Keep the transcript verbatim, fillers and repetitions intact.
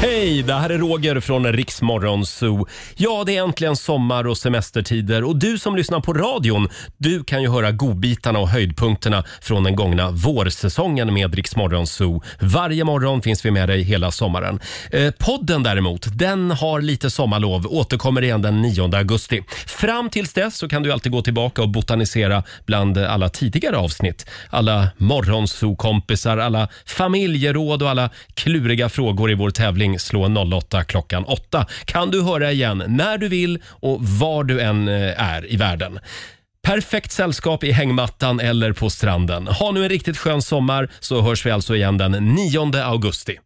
Hej, det här är Roger från Rix Morgon Zoo. Ja, det är äntligen sommar och semestertider och du som lyssnar på radion, du kan ju höra godbitarna och höjdpunkterna från den gångna vårsäsongen med Rix Morgon Zoo. Varje morgon finns vi med dig hela sommaren. Eh, podden däremot, den har lite sommarlov, återkommer igen den nionde augusti. Fram tills dess så kan du alltid gå tillbaka och botanisera bland alla tidigare avsnitt. Alla morgonzoo-kompisar, alla familjeråd och alla kluriga frågor i vår tävling Slå noll åtta klockan åtta. Kan du höra igen när du vill och var du än är i världen. Perfekt sällskap i hängmattan eller på stranden. Ha nu en riktigt skön sommar så hörs vi alltså igen den nionde augusti.